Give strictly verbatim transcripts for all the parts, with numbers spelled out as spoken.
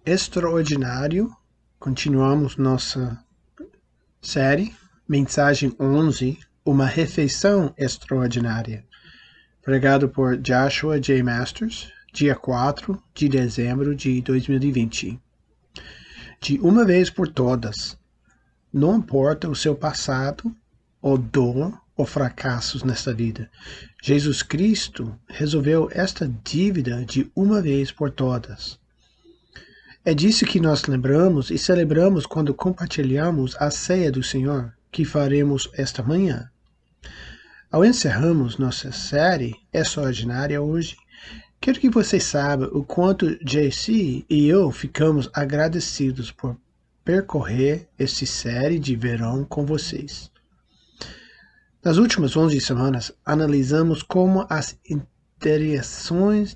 extraordinário. Continuamos nossa série, mensagem onze, uma refeição extraordinária. Pregado por Joshua J. Masters, dia quatro de dezembro de dois mil e vinte. De uma vez por todas, não importa o seu passado, ou dor, ou fracassos nesta vida, Jesus Cristo resolveu esta dívida de uma vez por todas. É disso que nós lembramos e celebramos quando compartilhamos a ceia do Senhor, que faremos esta manhã. Ao encerrarmos nossa série extraordinária hoje, quero que você saiba o quanto J C e eu ficamos agradecidos por percorrer esta série de verão com vocês. Nas últimas onze semanas, analisamos como as interações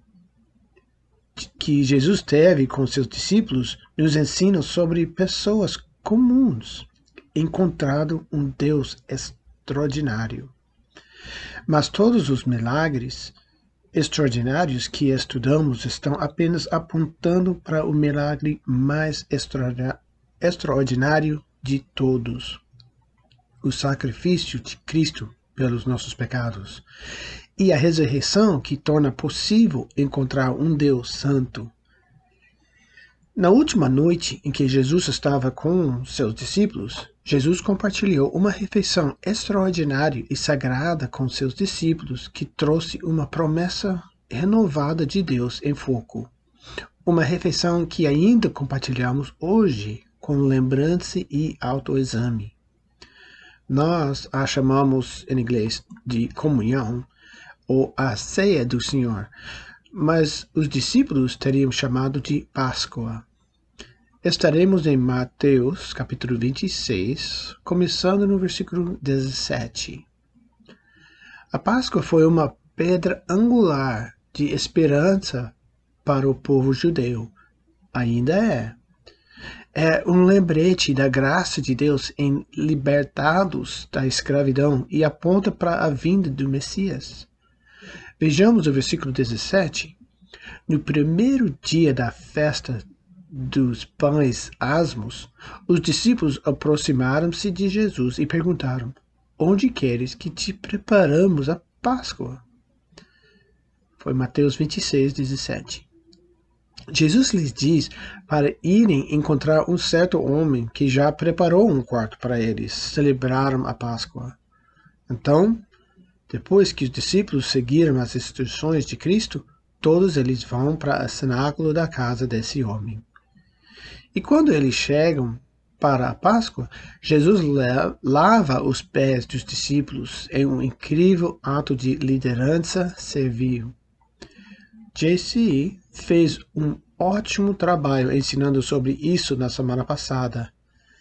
que Jesus teve com seus discípulos nos ensinam sobre pessoas comuns, encontrando um Deus extraordinário. Mas todos os milagres extraordinários que estudamos estão apenas apontando para o milagre mais extraordinário de todos, o sacrifício de Cristo pelos nossos pecados, e a ressurreição que torna possível encontrar um Deus santo. Na última noite em que Jesus estava com seus discípulos, Jesus compartilhou uma refeição extraordinária e sagrada com seus discípulos que trouxe uma promessa renovada de Deus em foco. Uma refeição que ainda compartilhamos hoje com lembrança e autoexame. Nós a chamamos em inglês de comunhão, ou a ceia do Senhor, mas os discípulos teriam chamado de Páscoa. Estaremos em Mateus, capítulo vinte e seis, começando no versículo dezessete. A Páscoa foi uma pedra angular de esperança para o povo judeu. Ainda é. É um lembrete da graça de Deus em libertados da escravidão e aponta para a vinda do Messias. Vejamos o versículo dezessete. No primeiro dia da festa dos pães asmos, os discípulos aproximaram-se de Jesus e perguntaram: onde queres que te preparamos a Páscoa? Foi Mateus vinte e seis, dezessete. Jesus lhes diz para irem encontrar um certo homem que já preparou um quarto para eles celebraram a Páscoa. Então, depois que os discípulos seguiram as instruções de Cristo, todos eles vão para o cenáculo da casa desse homem. E quando eles chegam para a Páscoa, Jesus lava os pés dos discípulos em um incrível ato de liderança servil. J C fez um ótimo trabalho ensinando sobre isso na semana passada.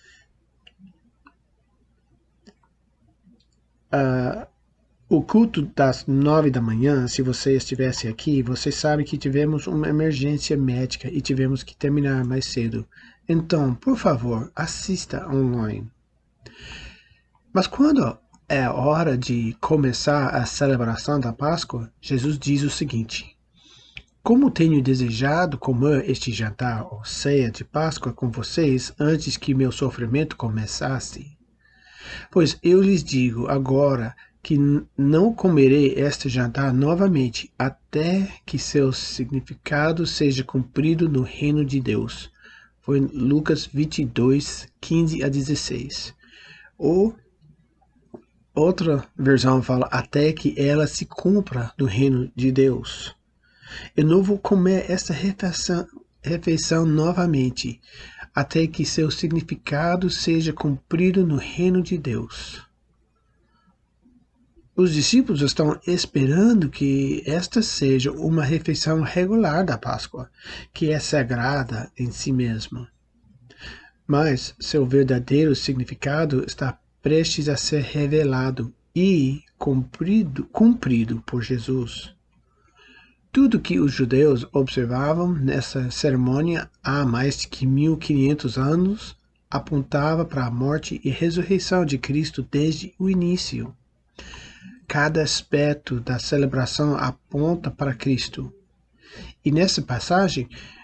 Uh, O culto das nove da manhã, se você estivesse aqui, você sabe que tivemos uma emergência médica e tivemos que terminar mais cedo. Então, por favor, assista online. Mas quando é hora de começar a celebração da Páscoa, Jesus diz o seguinte: como tenho desejado comer este jantar ou ceia de Páscoa com vocês antes que meu sofrimento começasse. Pois eu lhes digo agora que não comerei este jantar novamente, até que seu significado seja cumprido no reino de Deus. Foi Lucas vinte e dois, quinze a dezesseis. Ou outra versão fala, até que ela se cumpra no reino de Deus. Eu não vou comer esta refeição, refeição novamente, até que seu significado seja cumprido no reino de Deus. Os discípulos estão esperando que esta seja uma refeição regular da Páscoa, que é sagrada em si mesma. Mas seu verdadeiro significado está prestes a ser revelado e cumprido, cumprido por Jesus. Tudo que os judeus observavam nessa cerimônia há mais de mil e quinhentos anos apontava para a morte e ressurreição de Cristo desde o início. Cada aspecto da celebração aponta para Cristo. E nessa passagem,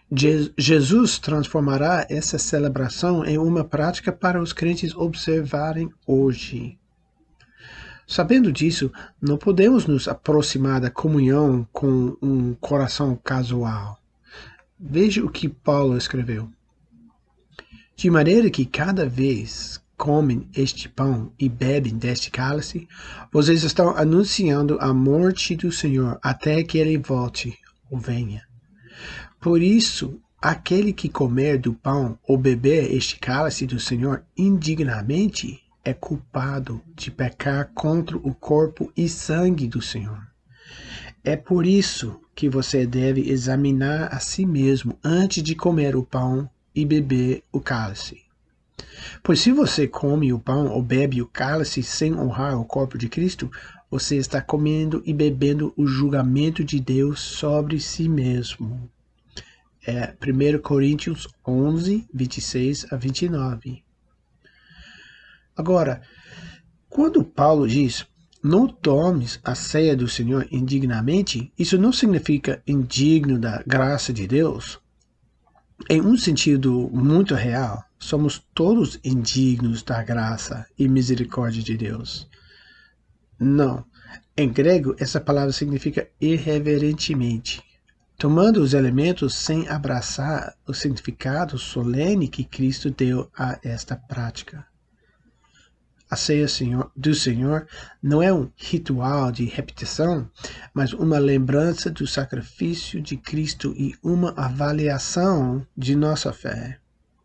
Je- Jesus transformará essa celebração em uma prática para os crentes observarem hoje. Sabendo disso, não podemos nos aproximar da comunhão com um coração casual. Veja o que Paulo escreveu. De maneira que cada vez comem este pão e bebem deste cálice, vocês estão anunciando a morte do Senhor até que ele volte ou venha. Por isso, aquele que comer do pão ou beber este cálice do Senhor indignamente é culpado de pecar contra o corpo e sangue do Senhor. É por isso que você deve examinar a si mesmo antes de comer o pão e beber o cálice. Pois se você come o pão ou bebe o cálice sem honrar o corpo de Cristo, você está comendo e bebendo o julgamento de Deus sobre si mesmo. É primeira Coríntios onze, vinte e seis a vinte e nove. Agora, quando Paulo diz, não tomes a ceia do Senhor indignamente, isso não significa indigno da graça de Deus. Em um sentido muito real, somos todos indignos da graça e misericórdia de Deus. Não. Em grego, essa palavra significa irreverentemente, tomando os elementos sem abraçar o significado solene que Cristo deu a esta prática. A ceia do Senhor não é um ritual de repetição, mas uma lembrança do sacrifício de Cristo e uma avaliação de nossa fé.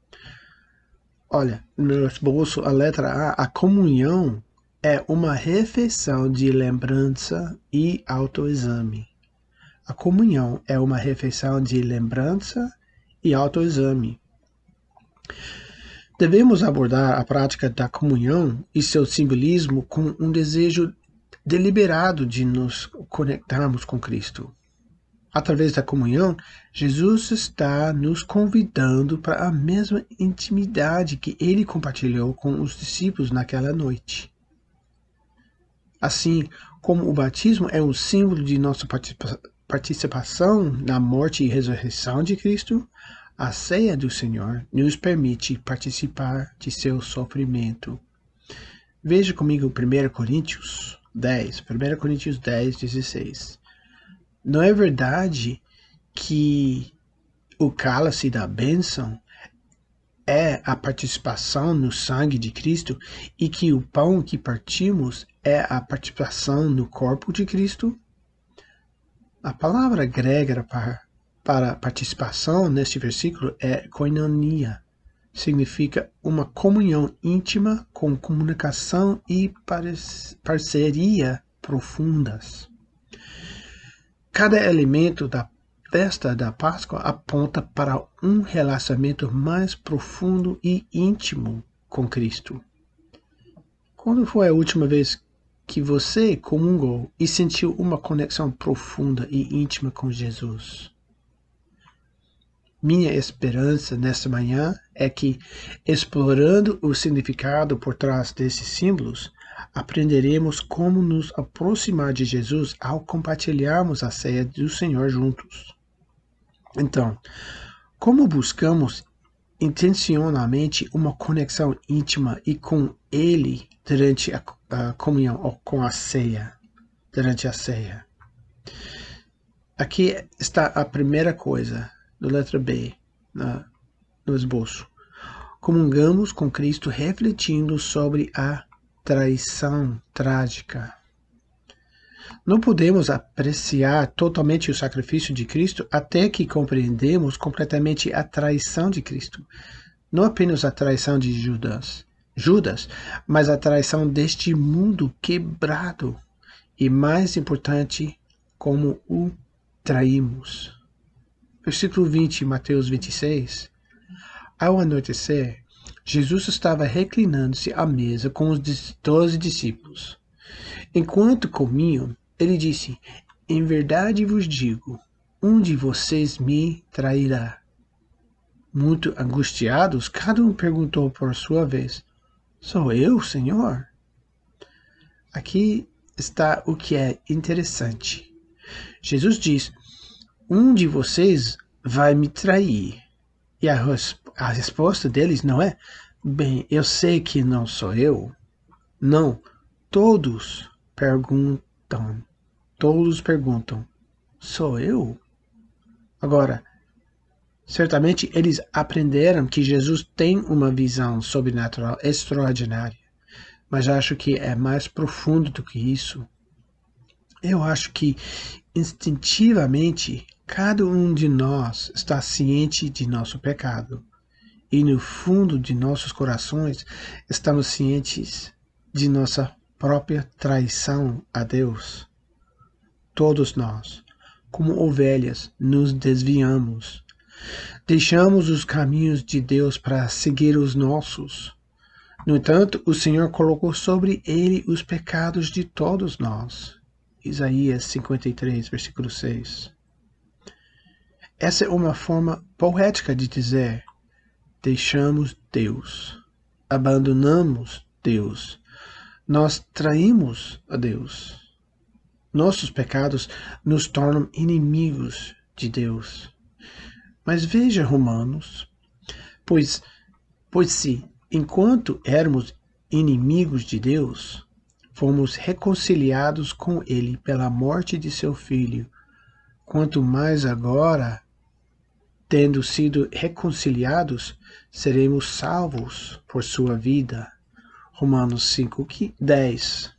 Olha, no esboço, a letra A, a comunhão é uma refeição de lembrança e autoexame. A comunhão é uma refeição de lembrança e autoexame. Devemos abordar a prática da comunhão e seu simbolismo com um desejo deliberado de nos conectarmos com Cristo. Através da comunhão, Jesus está nos convidando para a mesma intimidade que ele compartilhou com os discípulos naquela noite. Assim como o batismo é um símbolo de nossa participação na morte e ressurreição de Cristo, a ceia do Senhor nos permite participar de seu sofrimento. Veja comigo primeira Coríntios dez, primeira Coríntios dez, dezesseis. Não é verdade que o cálice da bênção é a participação no sangue de Cristo e que o pão que partimos é a participação no corpo de Cristo? A palavra grega para para participação neste versículo é koinonia. Significa uma comunhão íntima com comunicação e parceria profundas. Cada elemento da festa da Páscoa aponta para um relacionamento mais profundo e íntimo com Cristo. Quando foi a última vez que você comungou e sentiu uma conexão profunda e íntima com Jesus? Minha esperança nesta manhã é que, explorando o significado por trás desses símbolos, aprenderemos como nos aproximar de Jesus ao compartilharmos a ceia do Senhor juntos. Então, como buscamos intencionalmente uma conexão íntima e com Ele durante a, a comunhão ou com a ceia, durante a ceia? Aqui está a primeira coisa. Do letra B, na, no esboço. Comungamos com Cristo refletindo sobre a traição trágica. Não podemos apreciar totalmente o sacrifício de Cristo até que compreendemos completamente a traição de Cristo. Não apenas a traição de Judas, Judas, mas a traição deste mundo quebrado. E mais importante, como o traímos. Versículo vinte, Mateus vinte e seis. Ao anoitecer, Jesus estava reclinando-se à mesa com os doze discípulos. Enquanto comiam, ele disse, em verdade vos digo, um de vocês me trairá. Muito angustiados, cada um perguntou por sua vez, sou eu, Senhor? Aqui está o que é interessante. Jesus diz, um de vocês vai me trair. E a, a resposta deles não é, bem, eu sei que não sou eu. Não, todos perguntam, todos perguntam, sou eu? Agora, certamente eles aprenderam que Jesus tem uma visão sobrenatural extraordinária, mas acho que é mais profundo do que isso. Eu acho que instintivamente cada um de nós está ciente de nosso pecado e no fundo de nossos corações estamos cientes de nossa própria traição a Deus. Todos nós, como ovelhas, nos desviamos. Deixamos os caminhos de Deus para seguir os nossos. No entanto, o Senhor colocou sobre ele os pecados de todos nós. Isaías cinquenta e três, versículo seis. Essa é uma forma poética de dizer: deixamos Deus, abandonamos Deus, nós traímos a Deus. Nossos pecados nos tornam inimigos de Deus. Mas veja, Romanos, pois, pois se, enquanto éramos inimigos de Deus, fomos reconciliados com Ele pela morte de seu Filho, quanto mais agora, tendo sido reconciliados, seremos salvos por sua vida. Romanos cinco, dez.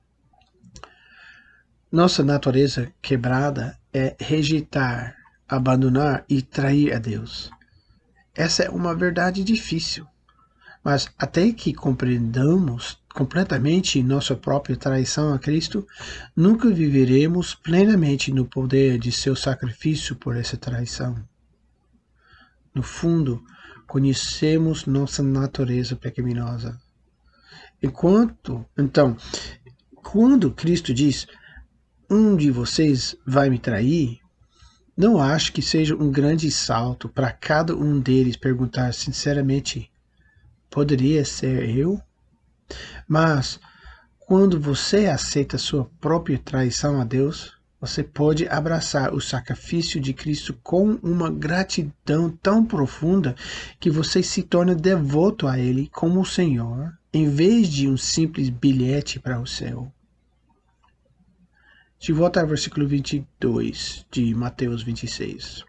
Nossa natureza quebrada é rejeitar, abandonar e trair a Deus. Essa é uma verdade difícil, mas até que compreendamos completamente nossa própria traição a Cristo, nunca viveremos plenamente no poder de seu sacrifício por essa traição. No fundo, conhecemos nossa natureza pecaminosa. Enquanto, então, quando Cristo diz, um de vocês vai me trair, não acho que seja um grande salto para cada um deles perguntar sinceramente, poderia ser eu? Mas, quando você aceita sua própria traição a Deus, você pode abraçar o sacrifício de Cristo com uma gratidão tão profunda que você se torna devoto a Ele como o Senhor, em vez de um simples bilhete para o céu. De volta ao versículo vinte e dois de Mateus vinte e seis.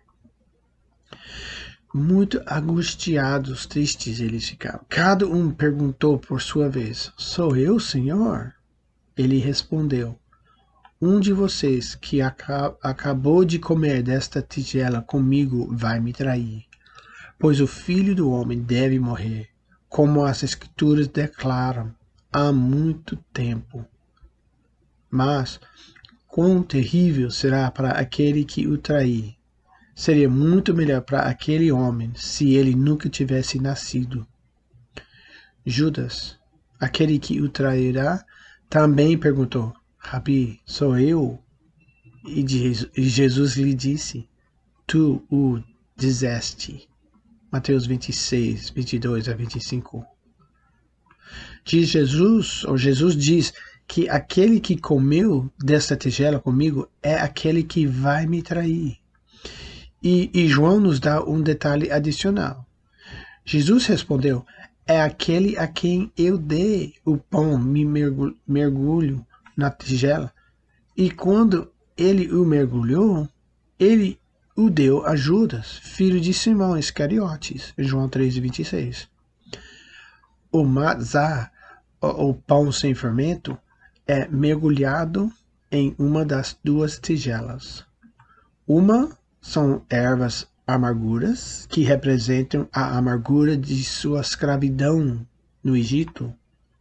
Muito angustiados, tristes eles ficaram. Cada um perguntou por sua vez, sou eu, Senhor? Ele respondeu, um de vocês que aca- acabou de comer desta tigela comigo vai me trair. Pois o Filho do Homem deve morrer, como as Escrituras declaram, há muito tempo. Mas quão terrível será para aquele que o trair. Seria muito melhor para aquele homem se ele nunca tivesse nascido. Judas, aquele que o trairá, também perguntou, Rabi, sou eu? E Jesus lhe disse, tu o disseste. Mateus vinte e seis, vinte e dois a vinte e cinco. Diz Jesus, ou Jesus diz, que aquele que comeu desta tigela comigo é aquele que vai me trair. E, e João nos dá um detalhe adicional. Jesus respondeu, é aquele a quem eu dei o pão, me mergulho na tigela. E quando ele o mergulhou, ele o deu a Judas, filho de Simão Iscariotes, João três, vinte e seis. O matzah, o pão sem fermento, é mergulhado em uma das duas tigelas. Uma são ervas amarguras, que representam a amargura de sua escravidão no Egito.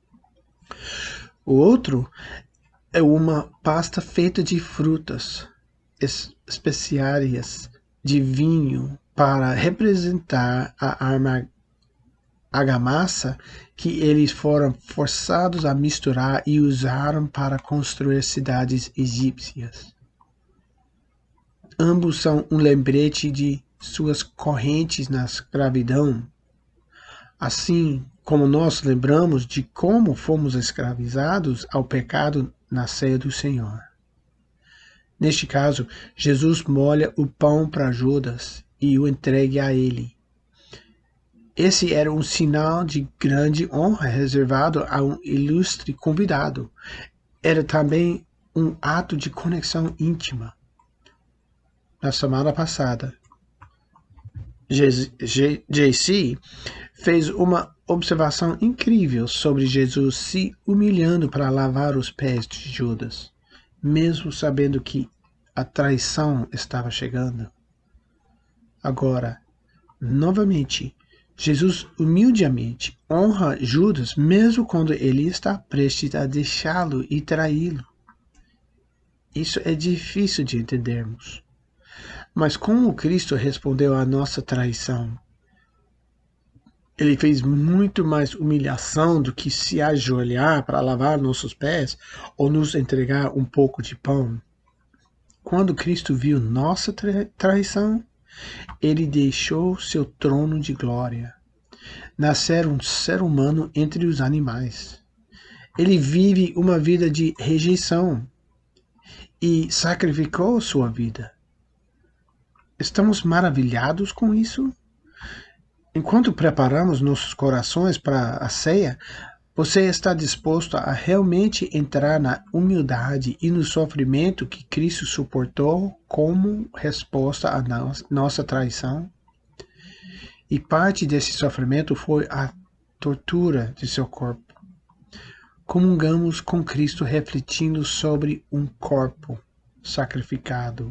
O outro é uma pasta feita de frutas, especiarias, de vinho, para representar a argamassa que eles foram forçados a misturar e usaram para construir cidades egípcias. Ambos são um lembrete de suas correntes na escravidão, assim como nós lembramos de como fomos escravizados ao pecado na ceia do Senhor. Neste caso, Jesus molha o pão para Judas e o entregue a ele. Esse era um sinal de grande honra reservado a um ilustre convidado. Era também um ato de conexão íntima. Na semana passada, J C fez uma observação incrível sobre Jesus se humilhando para lavar os pés de Judas, mesmo sabendo que a traição estava chegando. Agora, novamente, Jesus humildemente honra Judas mesmo quando ele está prestes a deixá-lo e traí-lo. Isso é difícil de entendermos. Mas como Cristo respondeu à nossa traição? Ele fez muito mais humilhação do que se ajoelhar para lavar nossos pés ou nos entregar um pouco de pão. Quando Cristo viu nossa tra traição, ele deixou seu trono de glória, nascer um ser humano entre os animais. Ele vive uma vida de rejeição e sacrificou sua vida. Estamos maravilhados com isso? Enquanto preparamos nossos corações para a ceia, você está disposto a realmente entrar na humildade e no sofrimento que Cristo suportou como resposta à nossa traição? E parte desse sofrimento foi a tortura de seu corpo. Comungamos com Cristo refletindo sobre um corpo sacrificado.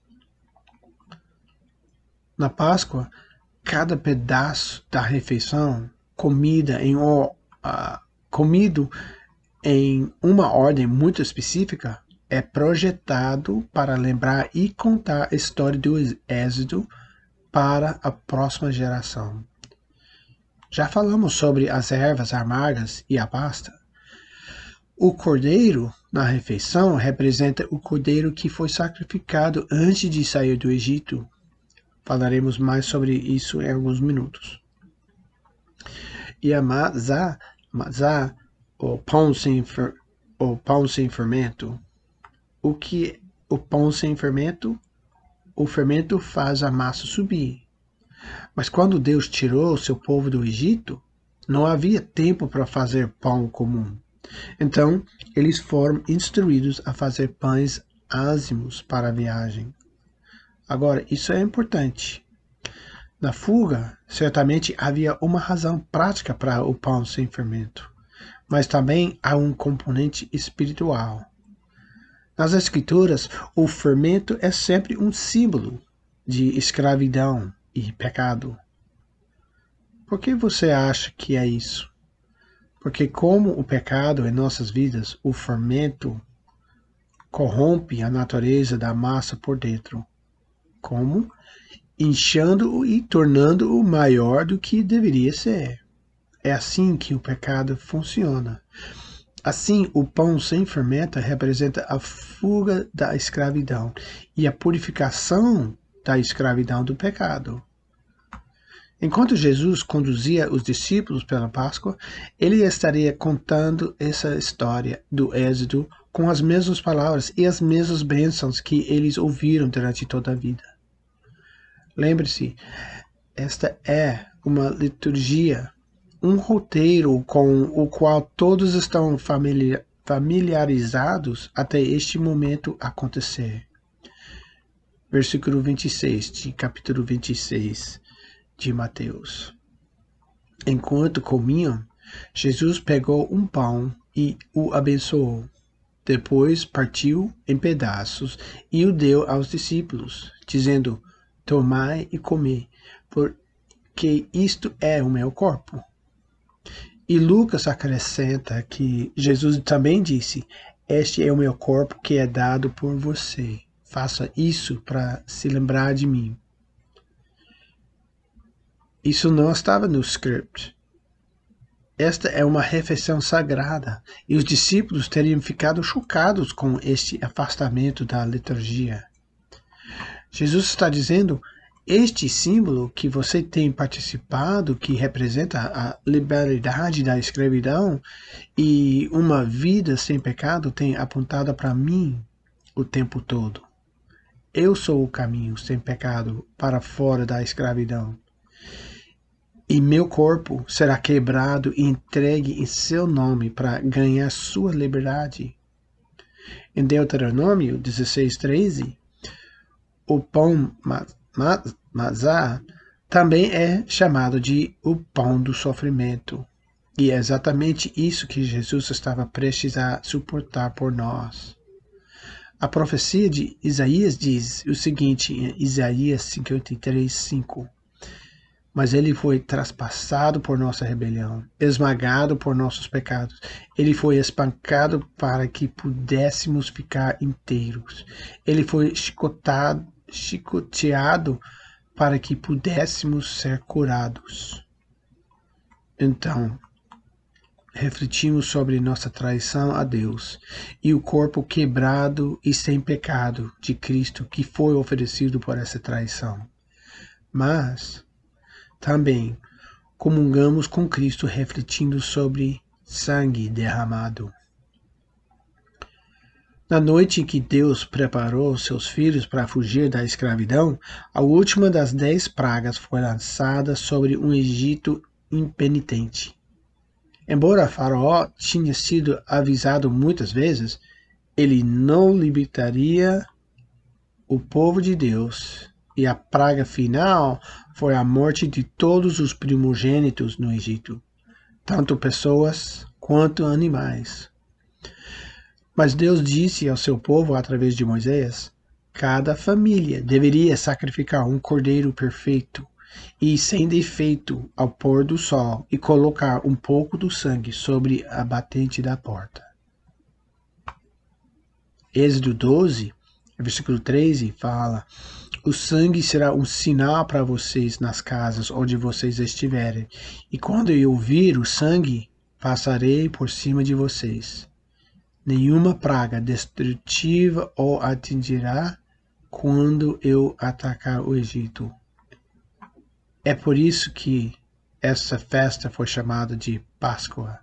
Na Páscoa, cada pedaço da refeição, comida em, uh, comido em uma ordem muito específica, é projetado para lembrar e contar a história do Êxodo para a próxima geração. Já falamos sobre as ervas amargas e a pasta. O cordeiro na refeição representa o cordeiro que foi sacrificado antes de sair do Egito. Falaremos mais sobre isso em alguns minutos. E a mazá, mazá o, pão sem fer, o pão sem fermento. O que o pão sem fermento? O fermento faz a massa subir. Mas quando Deus tirou seu povo do Egito, não havia tempo para fazer pão comum. Então, eles foram instruídos a fazer pães ázimos para a viagem. Agora, isso é importante. Na fuga, certamente havia uma razão prática para o pão sem fermento, mas também há um componente espiritual. Nas Escrituras, o fermento é sempre um símbolo de escravidão e pecado. Por que você acha que é isso? Porque como o pecado em nossas vidas, o fermento corrompe a natureza da massa por dentro. Como? Inchando-o e tornando-o maior do que deveria ser. É assim que o pecado funciona. Assim, o pão sem fermento representa a fuga da escravidão e a purificação da escravidão do pecado. Enquanto Jesus conduzia os discípulos pela Páscoa, ele estaria contando essa história do Êxodo com as mesmas palavras e as mesmas bênçãos que eles ouviram durante toda a vida. Lembre-se, esta é uma liturgia, um roteiro com o qual todos estão familiarizados até este momento acontecer. Versículo vinte e seis, de capítulo vinte e seis de Mateus. Enquanto comiam, Jesus pegou um pão e o abençoou. Depois partiu em pedaços e o deu aos discípulos, dizendo: tomai e comei, porque isto é o meu corpo. E Lucas acrescenta que Jesus também disse: este é o meu corpo que é dado por você. Faça isso para se lembrar de mim. Isso não estava no script. Esta é uma refeição sagrada, e os discípulos teriam ficado chocados com este afastamento da liturgia. Jesus está dizendo: este símbolo que você tem participado, que representa a liberdade da escravidão e uma vida sem pecado, tem apontado para mim o tempo todo. Eu sou o caminho sem pecado para fora da escravidão. E meu corpo será quebrado e entregue em seu nome para ganhar sua liberdade. Em Deuteronômio dezesseis, treze, o pão mazá também é chamado de o pão do sofrimento. E é exatamente isso que Jesus estava prestes a suportar por nós. A profecia de Isaías diz o seguinte em Isaías cinquenta e três, cinco. Mas ele foi traspassado por nossa rebelião, esmagado por nossos pecados. Ele foi espancado para que pudéssemos ficar inteiros. Ele foi chicotado, chicoteado para que pudéssemos ser curados. Então, refletimos sobre nossa traição a Deus e o corpo quebrado e sem pecado de Cristo que foi oferecido por essa traição. Mas também comungamos com Cristo refletindo sobre sangue derramado. Na noite em que Deus preparou seus filhos para fugir da escravidão, a última das dez pragas foi lançada sobre um Egito impenitente. Embora Faraó tinha sido avisado muitas vezes, ele não libertaria o povo de Deus, e a praga final foi a morte de todos os primogênitos no Egito, tanto pessoas quanto animais. Mas Deus disse ao seu povo através de Moisés, cada família deveria sacrificar um cordeiro perfeito e sem defeito ao pôr do sol e colocar um pouco do sangue sobre a batente da porta. Êxodo doze, versículo treze, fala: o sangue será um sinal para vocês nas casas onde vocês estiverem, e quando eu vir o sangue, passarei por cima de vocês. Nenhuma praga destrutiva o atingirá quando eu atacar o Egito. É por isso que essa festa foi chamada de Páscoa,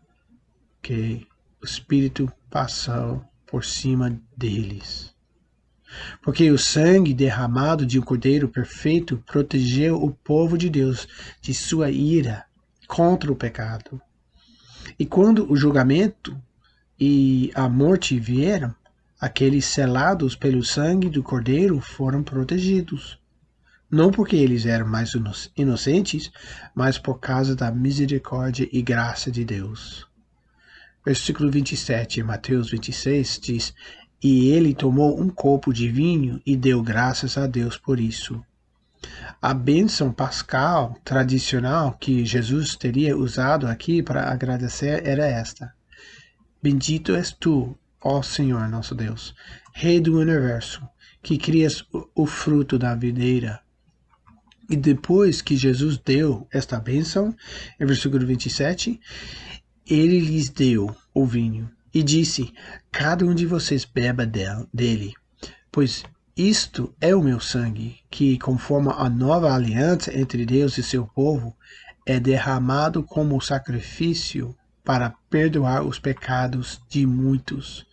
que o Espírito passou por cima deles. Porque o sangue derramado de um cordeiro perfeito protegeu o povo de Deus de sua ira contra o pecado. E quando o julgamento e a morte vieram, aqueles selados pelo sangue do cordeiro foram protegidos. Não porque eles eram mais inocentes, mas por causa da misericórdia e graça de Deus. Versículo vinte e sete, Mateus vinte e seis, diz: e ele tomou um copo de vinho e deu graças a Deus por isso. A bênção pascal tradicional que Jesus teria usado aqui para agradecer era esta: bendito és tu, ó Senhor nosso Deus, Rei do universo, que crias o fruto da videira. E depois que Jesus deu esta bênção, em versículo vinte e sete, ele lhes deu o vinho e disse: cada um de vocês beba dele, pois isto é o meu sangue, que, conforme a nova aliança entre Deus e seu povo, é derramado como sacrifício para perdoar os pecados de muitos.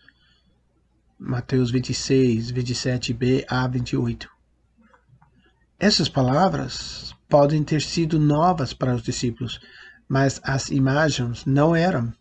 Mateus vinte e seis, vinte e sete b a vinte e oito. Essas palavras podem ter sido novas para os discípulos, mas as imagens não eram.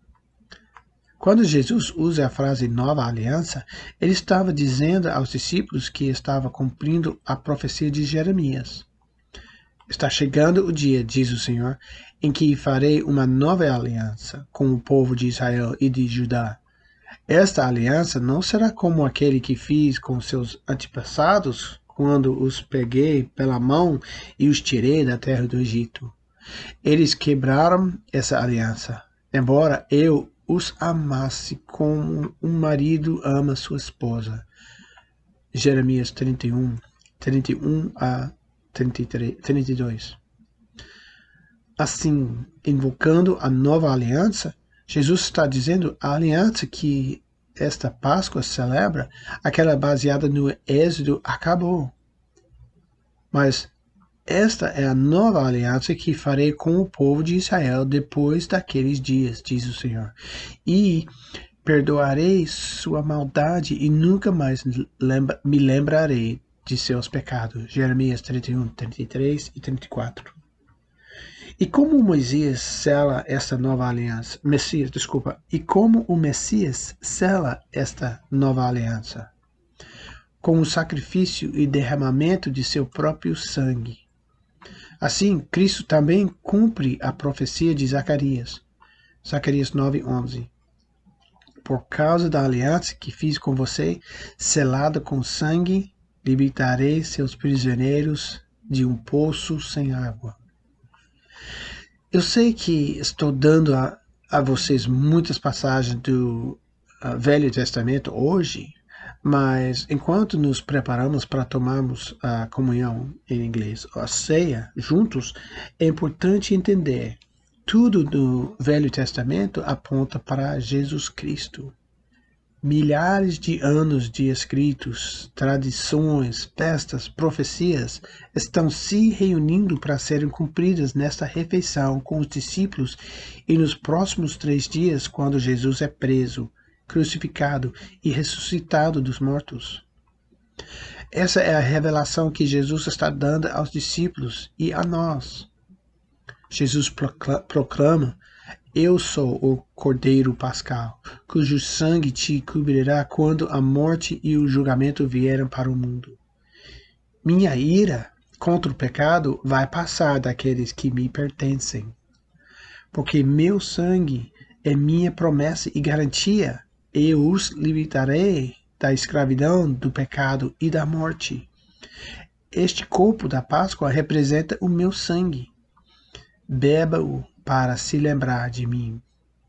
Quando Jesus usa a frase nova aliança, ele estava dizendo aos discípulos que estava cumprindo a profecia de Jeremias. Está chegando o dia, diz o Senhor, em que farei uma nova aliança com o povo de Israel e de Judá. Esta aliança não será como aquele que fiz com seus antepassados, quando os peguei pela mão e os tirei da terra do Egito. Eles quebraram essa aliança, embora eu os amasse como um marido ama sua esposa. Jeremias trinta e um, trinta e um a trinta e três, trinta e dois. Assim, invocando a nova aliança, Jesus está dizendo a aliança que esta Páscoa celebra, aquela baseada no Êxodo, acabou. Mas esta é a nova aliança que farei com o povo de Israel depois daqueles dias, diz o Senhor. E perdoarei sua maldade e nunca mais lembra, me lembrarei de seus pecados. Jeremias trinta e um, trinta e três e trinta e quatro. E como Moisés sela esta nova aliança? Messias, desculpa. E como o Messias sela esta nova aliança? Com o sacrifício e derramamento de seu próprio sangue. Assim, Cristo também cumpre a profecia de Zacarias. Zacarias nove, onze. Por causa da aliança que fiz com você, selada com sangue, libertarei seus prisioneiros de um poço sem água. Eu sei que estou dando a, a vocês muitas passagens do uh, Velho Testamento hoje, mas enquanto nos preparamos para tomarmos a comunhão em inglês, a ceia, juntos, é importante entender tudo do Velho Testamento aponta para Jesus Cristo. Milhares de anos de escritos, tradições, festas, profecias estão se reunindo para serem cumpridas nesta refeição com os discípulos e nos próximos três dias, quando Jesus é preso, crucificado e ressuscitado dos mortos. Essa é a revelação que Jesus está dando aos discípulos e a nós. Jesus proclama: eu sou o Cordeiro Pascal, cujo sangue te cobrirá quando a morte e o julgamento vierem para o mundo. Minha ira contra o pecado vai passar daqueles que me pertencem, porque meu sangue é minha promessa e garantia. Eu os libertarei da escravidão, do pecado e da morte. Este corpo da Páscoa representa o meu sangue. Beba-o para se lembrar de mim.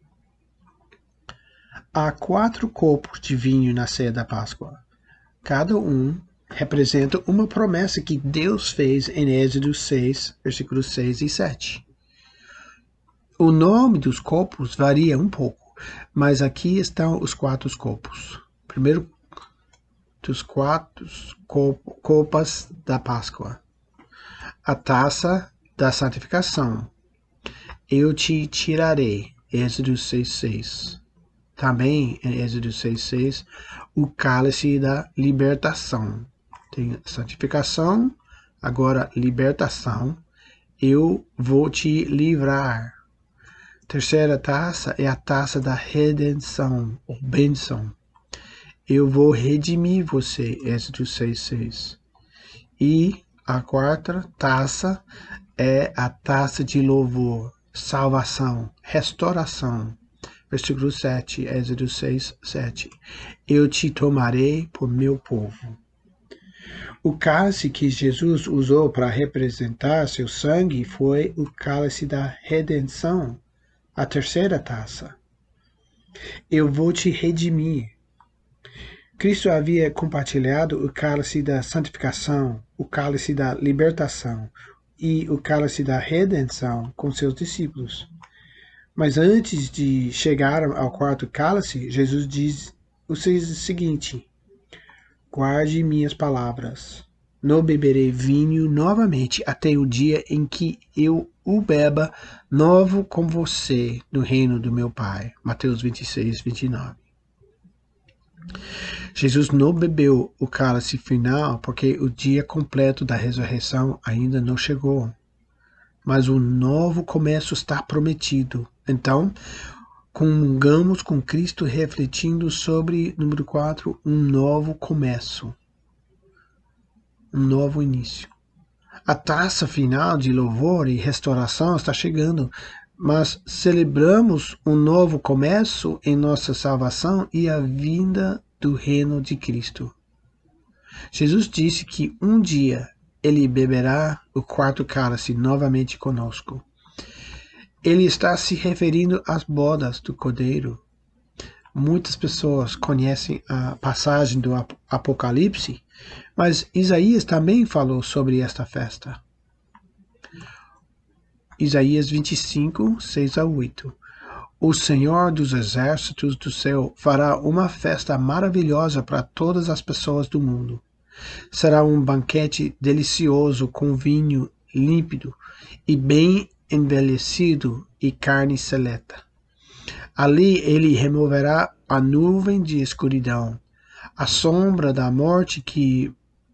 Há quatro copos de vinho na ceia da Páscoa. Cada um representa uma promessa que Deus fez em Êxodo seis, versículos seis e sete. O nome dos copos varia um pouco, mas aqui estão os quatro copos. Primeiro, dos quatro copas da Páscoa. A taça da santificação. Eu te tirarei. Êxodo seis, seis. Também em Êxodo seis, seis, o cálice da libertação. Tem santificação, agora libertação. Eu vou te livrar. Terceira taça é a taça da redenção, ou bênção. Eu vou redimir você, Êxodo seis, seis. E a quarta taça é a taça de louvor, salvação, restauração. Versículo sete, Êxodo seis, sete. Eu te tomarei por meu povo. O cálice que Jesus usou para representar seu sangue foi o cálice da redenção, a terceira taça. Eu vou te redimir. Cristo havia compartilhado o cálice da santificação, o cálice da libertação e o cálice da redenção com seus discípulos. Mas antes de chegar ao quarto cálice, Jesus diz o seguinte: guarde minhas palavras. Não beberei vinho novamente até o dia em que eu o beba novo com você no reino do meu Pai. Mateus vinte e seis, vinte e nove. Jesus não bebeu o cálice final porque o dia completo da ressurreição ainda não chegou. Mas o novo começo está prometido. Então, comungamos com Cristo refletindo sobre, número quatro, um novo começo. Um novo início. A taça final de louvor e restauração está chegando, mas celebramos um novo começo em nossa salvação e a vinda do reino de Cristo. Jesus disse que um dia ele beberá o quarto cálice novamente conosco. Ele está se referindo às bodas do Cordeiro. Muitas pessoas conhecem a passagem do Apocalipse, mas Isaías também falou sobre esta festa. Isaías vinte e cinco, seis a oito. O Senhor dos exércitos do céu fará uma festa maravilhosa para todas as pessoas do mundo. Será um banquete delicioso com vinho límpido e bem envelhecido e carne seleta. Ali ele removerá a nuvem de escuridão, a sombra da morte que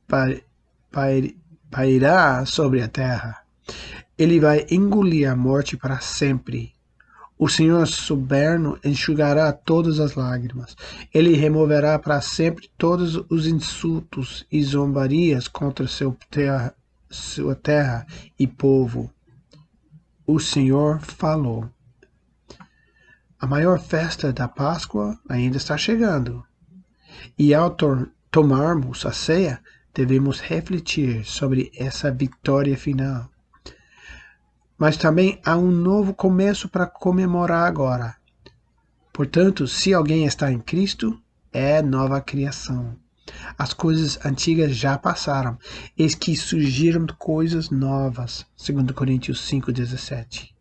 pairá sobre a terra. Ele vai engolir a morte para sempre. O Senhor soberano enxugará todas as lágrimas. Ele removerá para sempre todos os insultos e zombarias contra seu terra, sua terra e povo. O Senhor falou. A maior festa da Páscoa ainda está chegando. E ao to tomarmos a ceia, devemos refletir sobre essa vitória final. Mas também há um novo começo para comemorar agora. Portanto, se alguém está em Cristo, é nova criação. As coisas antigas já passaram, eis que surgiram coisas novas. segundo Coríntios cinco, dezessete.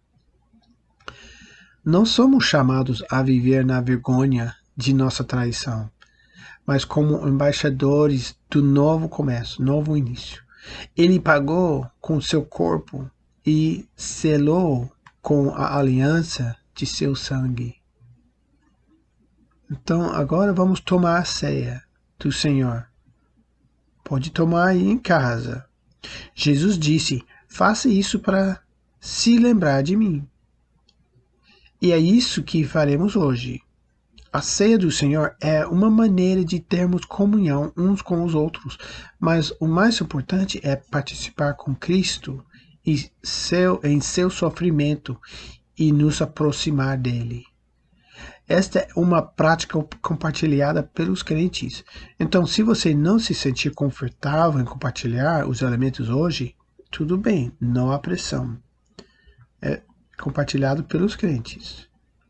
Não somos chamados a viver na vergonha de nossa traição, mas como embaixadores do novo começo, novo início. Ele pagou com seu corpo e selou com a aliança de seu sangue. Então, agora vamos tomar a ceia do Senhor. Pode tomar aí em casa. Jesus disse, faça isso para se lembrar de mim. E é isso que faremos hoje. A ceia do Senhor é uma maneira de termos comunhão uns com os outros, mas o mais importante é participar com Cristo e seu, em seu sofrimento e nos aproximar dele. Esta é uma prática compartilhada pelos crentes. Então, se você não se sentir confortável em compartilhar os elementos hoje, tudo bem, não há pressão. É compartilhado pelos crentes.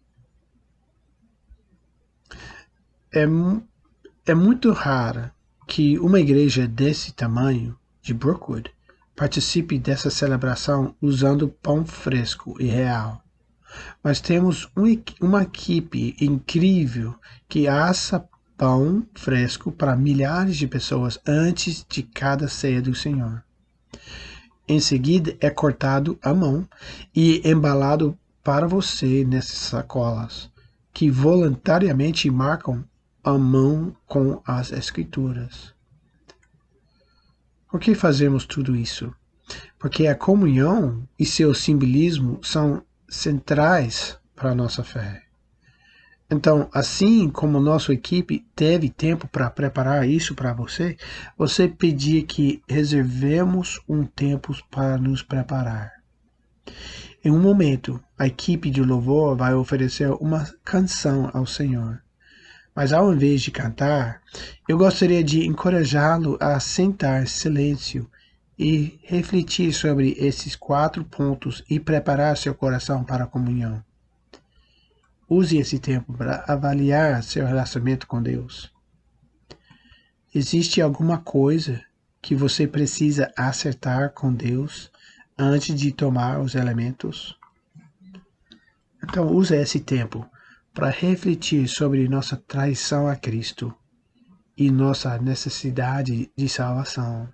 É, é muito raro que uma igreja desse tamanho, de Brookwood, participe dessa celebração usando pão fresco e real. Mas temos um, uma equipe incrível que assa pão fresco para milhares de pessoas antes de cada ceia do Senhor. Em seguida é cortado à mão e embalado para você nessas sacolas, que voluntariamente marcam a mão com as Escrituras. Por que fazemos tudo isso? Porque a comunhão e seu simbolismo são centrais para a nossa fé. Então, assim como nossa equipe teve tempo para preparar isso para você, você pedia que reservemos um tempo para nos preparar. Em um momento, a equipe de louvor vai oferecer uma canção ao Senhor. Mas ao invés de cantar, eu gostaria de encorajá-lo a sentar em silêncio e refletir sobre esses quatro pontos e preparar seu coração para a comunhão. Use esse tempo para avaliar seu relacionamento com Deus. Existe alguma coisa que você precisa acertar com Deus antes de tomar os elementos? Então use esse tempo para refletir sobre nossa traição a Cristo e nossa necessidade de salvação.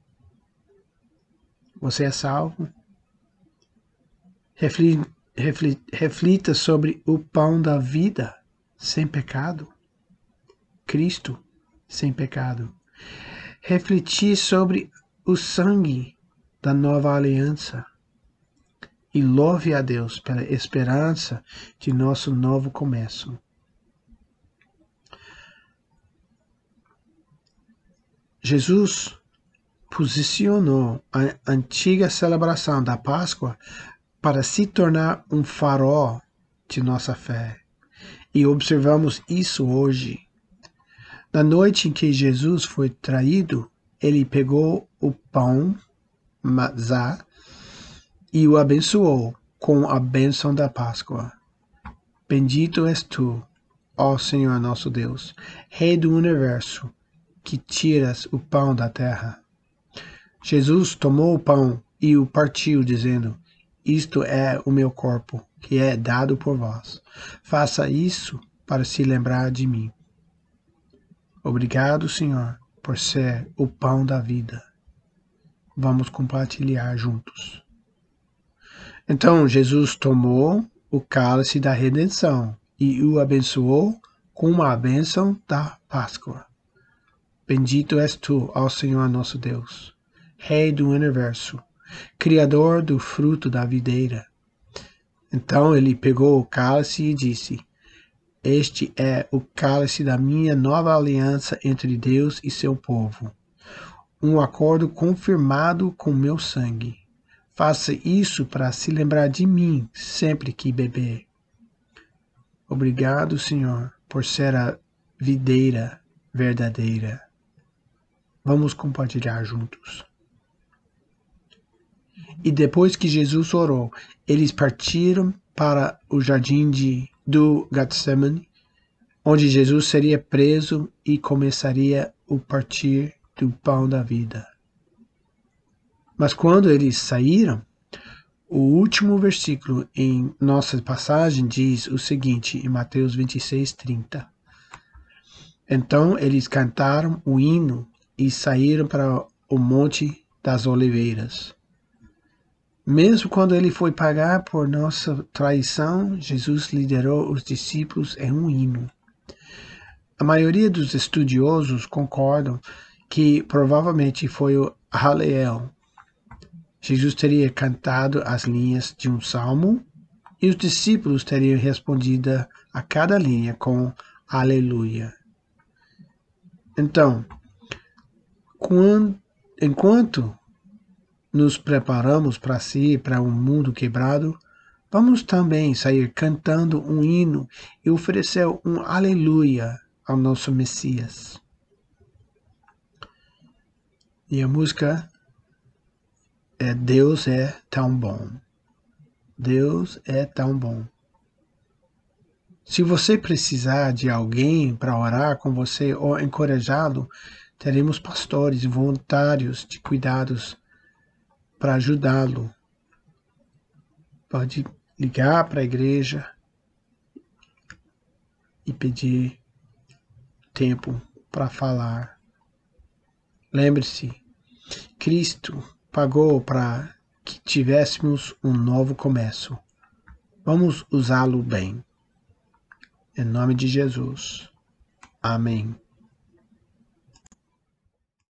Você é salvo? Reflita, reflita sobre o pão da vida sem pecado. Cristo sem pecado. Refletir sobre o sangue da nova aliança. E louve a Deus pela esperança de nosso novo começo. Jesus posicionou a antiga celebração da Páscoa para se tornar um farol de nossa fé. E observamos isso hoje. Na noite em que Jesus foi traído, ele pegou o pão, matzá, e o abençoou com a bênção da Páscoa. Bendito és tu, ó Senhor nosso Deus, Rei do universo, que tiras o pão da terra. Jesus tomou o pão e o partiu, dizendo, isto é o meu corpo, que é dado por vós. Faça isso para se lembrar de mim. Obrigado, Senhor, por ser o pão da vida. Vamos compartilhar juntos. Então Jesus tomou o cálice da redenção e o abençoou com a bênção da Páscoa. Bendito és tu, ó Senhor nosso Deus, Rei do universo, Criador do fruto da videira. Então ele pegou o cálice e disse: Este é o cálice da minha nova aliança entre Deus e seu povo, um acordo confirmado com meu sangue. Faça isso para se lembrar de mim sempre que beber. Obrigado, Senhor, por ser a videira verdadeira. Vamos compartilhar juntos. E depois que Jesus orou, eles partiram para o jardim de, do Getsemane, onde Jesus seria preso e começaria o partir do pão da vida. Mas quando eles saíram, o último versículo em nossa passagem diz o seguinte, em Mateus vinte e seis, trinta. Então eles cantaram o hino e saíram para o Monte das Oliveiras. Mesmo quando ele foi pagar por nossa traição, Jesus liderou os discípulos em um hino. A maioria dos estudiosos concordam que provavelmente foi o Hallel. Jesus teria cantado as linhas de um salmo e os discípulos teriam respondido a cada linha com Aleluia. Então, quando, enquanto nos preparamos para si, para um mundo quebrado, vamos também sair cantando um hino e oferecer um aleluia ao nosso Messias. E a música é Deus é tão bom. Deus é tão bom. Se você precisar de alguém para orar com você ou encorajá-lo, teremos pastores e voluntários de cuidados para ajudá-lo. Pode ligar para a igreja e pedir tempo para falar. Lembre-se, Cristo pagou para que tivéssemos um novo começo. Vamos usá-lo bem. Em nome de Jesus. Amém.